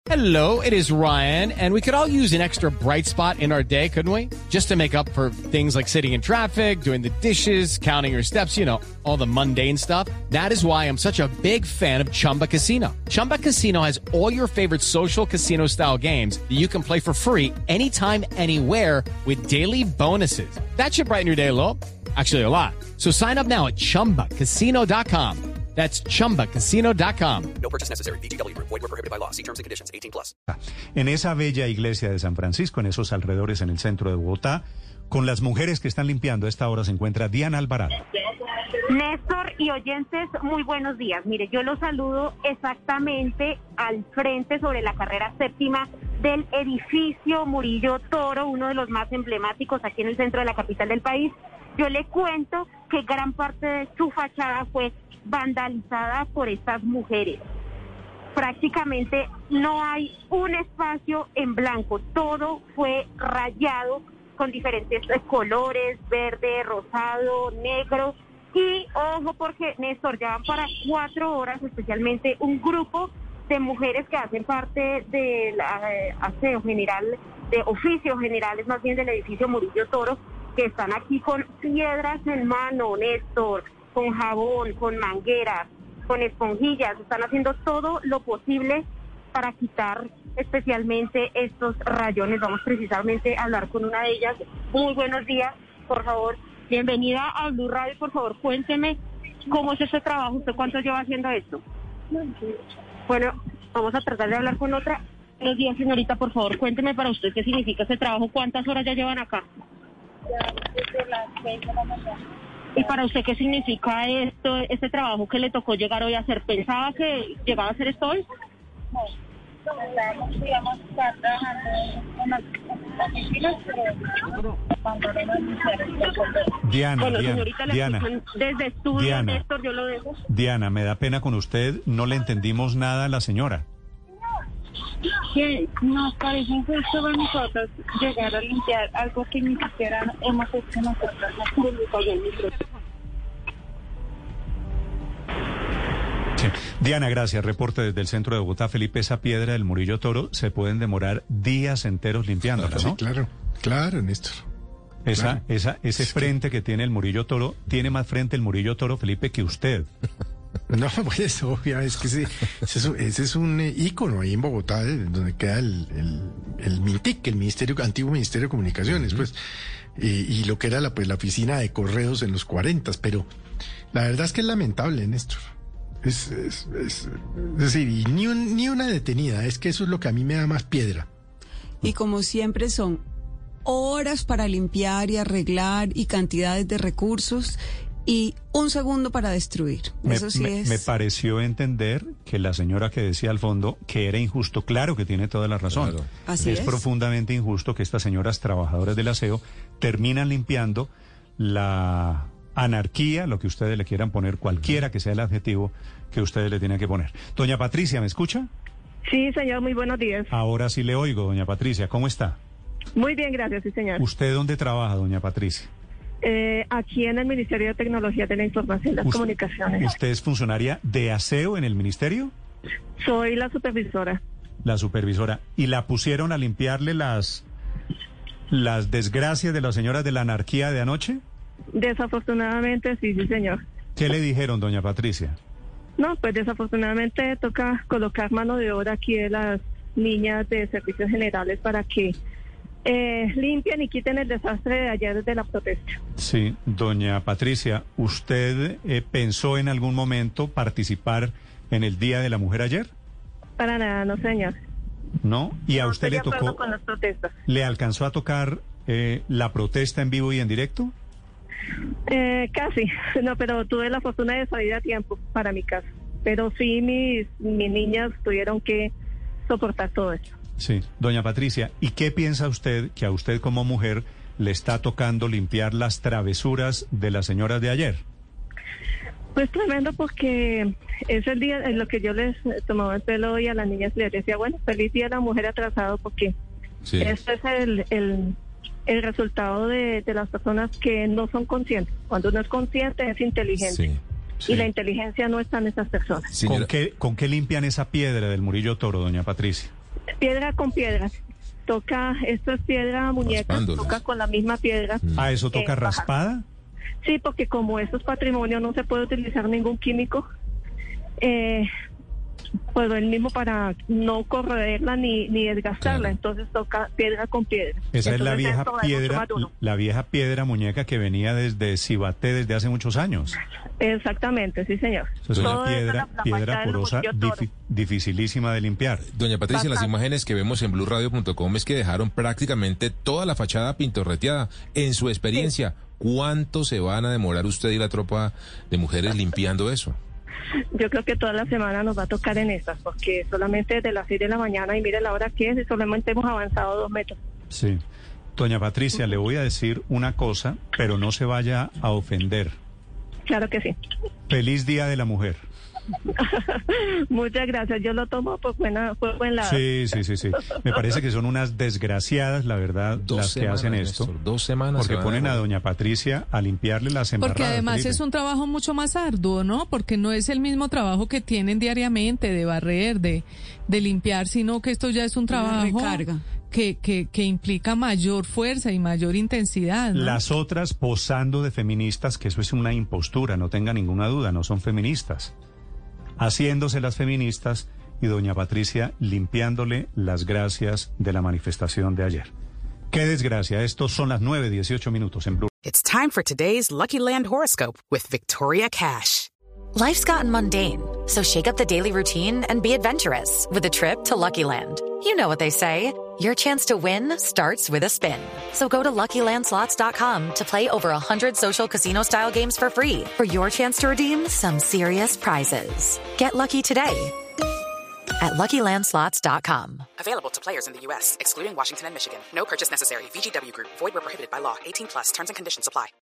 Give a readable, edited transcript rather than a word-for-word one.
Hello, it is Ryan, and we could all use an extra bright spot in our day, couldn't we? Just to make up for things like sitting in traffic, doing the dishes, counting your steps, you know, all the mundane stuff. That is why I'm such a big fan of Chumba Casino. Chumba Casino has all your favorite social casino-style games that you can play for free anytime, anywhere with daily bonuses. That should brighten your day a little. Actually, a lot. So sign up now at ChumbaCasino.com. That's ChumbaCasino.com. No purchase necessary. VGW Group. Void where prohibited by law. See terms and conditions. 18+. En esa bella iglesia de San Francisco, en esos alrededores en el centro de Bogotá, con las mujeres que están limpiando a esta hora se encuentra Diana Alvarado. Néstor y oyentes, muy buenos días. Mire, yo los saludo exactamente al frente sobre la carrera séptima del edificio Murillo Toro, uno de los más emblemáticos aquí en el centro de la capital del país. Yo le cuento que gran parte de su fachada fue vandalizada por estas mujeres. Prácticamente no hay un espacio en blanco, todo fue rayado con diferentes colores, verde, rosado, negro. Y ojo porque, Néstor, ya van para 4 horas, especialmente un grupo de mujeres que hacen parte del aseo general, de oficios generales más bien del edificio Murillo Toro, que están aquí con piedras en mano, Néstor, con jabón, con mangueras, con esponjillas. Están haciendo todo lo posible para quitar especialmente estos rayones. Vamos precisamente a hablar con una de ellas. Muy buenos días, por favor. Bienvenida a Blue Radio, por favor, cuénteme cómo es este trabajo. ¿Usted cuánto lleva haciendo esto? Bueno, vamos a tratar de hablar con otra. Buenos días, señorita, por favor, cuénteme para usted qué significa este trabajo. ¿Cuántas horas ya llevan acá? Ya desde las 6 de la mañana. ¿Y para usted qué significa este trabajo que le tocó llegar hoy a hacer? ¿Pensaba que llegaba a hacer esto hoy? No, íbamos a estar trabajando en las oficinas, pero cuando no nos Diana, bueno, Diana, señorita, Diana, desde estudio, Diana. Néstor, yo lo dejo. Diana, me da pena con usted, no le entendimos nada a la señora. que nos parece injusto para nosotros llegar a limpiar algo que ni siquiera hemos hecho nosotros los públicos del micrófono. Sí. Diana, gracias. Reporte desde el centro de Bogotá. Felipe, esa piedra del Murillo Toro se pueden demorar días enteros limpiándola, ¿no? Sí, claro, Néstor. Ese frente que tiene el Murillo Toro, tiene más frente el Murillo Toro, Felipe, que usted. No, pues obvio, es que ese es un ícono ahí en Bogotá, donde queda el MINTIC, el antiguo Ministerio de Comunicaciones, pues, y lo que era la oficina de correos en los 40, pero la verdad es que es lamentable, Néstor. Es decir, y ni una detenida, es que eso es lo que a mí me da más piedra. Y como siempre son horas para limpiar y arreglar y cantidades de recursos y un segundo para destruir. Eso sí es. Me pareció entender que la señora que decía al fondo que era injusto, claro que tiene toda la razón. Claro. Así es. Profundamente injusto que estas señoras trabajadoras del aseo terminan limpiando la anarquía, lo que ustedes le quieran poner, cualquiera que sea el adjetivo que ustedes le tienen que poner. Doña Patricia, ¿me escucha? Sí, señor, muy buenos días. Ahora sí le oigo, doña Patricia, ¿cómo está? Muy bien, gracias, sí, señor. ¿Usted dónde trabaja, doña Patricia? Aquí en el Ministerio de Tecnología de la Información y las Comunicaciones. ¿Usted es funcionaria de aseo en el ministerio? Soy la supervisora. La supervisora. ¿Y la pusieron a limpiarle las desgracias de las señoras de la anarquía de anoche? Desafortunadamente, sí, señor. ¿Qué le dijeron, doña Patricia? No, pues desafortunadamente toca colocar mano de obra aquí de las niñas de servicios generales para que limpien y quiten el desastre de ayer desde la protesta. Sí, doña Patricia, ¿usted pensó en algún momento participar en el Día de la Mujer ayer? Para nada, no, señor. ¿No? ¿Y a No usted estoy le de acuerdo tocó, con las protestas. le alcanzó a tocar la protesta en vivo y en directo? Casi, no, pero tuve la fortuna de salir a tiempo para mi casa. Pero sí, mis niñas tuvieron que soportar todo eso. Sí, doña Patricia, ¿y qué piensa usted que a usted como mujer le está tocando limpiar las travesuras de las señoras de ayer? Pues tremendo, porque es el día en lo que yo les tomaba el pelo y a las niñas les decía, bueno, feliz día de la mujer atrasado, porque este es el resultado de las personas que no son conscientes. Cuando uno es consciente es inteligente. Sí. Y la inteligencia no está en esas personas. ¿Con qué limpian esa piedra del Murillo Toro, doña Patricia? Piedra con piedra. Toca, esto es piedra muñeca, Raspándolas. toca con la misma piedra. ¿A eso toca raspada? Sí, porque como esto es patrimonio, no se puede utilizar ningún químico. Pues el mismo para no corroerla ni desgastarla, Claro. Entonces toca piedra con piedra. Esa es la Entonces, vieja esto va mucho piedra, más duro. la vieja piedra muñeca que venía desde Cibaté desde hace muchos años. Exactamente, sí, señor. Eso es una Todo eso, piedra la piedra fachada del porosa, Murillo Toro. dificilísima de limpiar. Doña Patricia, las Bastante. imágenes que vemos en blueradio.com es que dejaron prácticamente toda la fachada pintorreteada. En su experiencia, ¿cuánto se van a demorar usted y la tropa de mujeres limpiando eso? Yo creo que toda la semana nos va a tocar en estas, porque solamente desde las 6 de la mañana, y mire la hora que es, y solamente hemos avanzado 2 metros. Sí. Doña Patricia, le voy a decir una cosa, pero no se vaya a ofender. Claro que sí. Feliz Día de la Mujer. Muchas gracias, yo lo tomo por buen lado. Sí. Me parece que son unas desgraciadas, la verdad, las que hacen esto. Néstor, 2 semanas. Porque se van ponen a demorar. doña Patricia a limpiarle las embarradas. Porque además Felipe. es un trabajo mucho más arduo, ¿no? Porque no es el mismo trabajo que tienen diariamente de barrer, de limpiar, sino que esto ya es un Una trabajo recarga. que implica mayor fuerza y mayor intensidad, ¿no? Las otras posando de feministas, que eso es una impostura, no tenga ninguna duda, no son feministas. Haciéndose las feministas y doña Patricia limpiándole las gracias de la manifestación de ayer. Qué desgracia, estos son las 9:18 en Blue. It's time for today's Lucky Land horoscope with Victoria Cash. Life's gotten mundane, so shake up the daily routine and be adventurous with a trip to Lucky Land. You know what they say, your chance to win starts with a spin. So go to LuckyLandSlots.com to play over 100 social casino-style games for free for your chance to redeem some serious prizes. Get lucky today at LuckyLandSlots.com. Available to players in the U.S., excluding Washington and Michigan. No purchase necessary. VGW Group. Void where prohibited by law. 18+. Terms and conditions apply.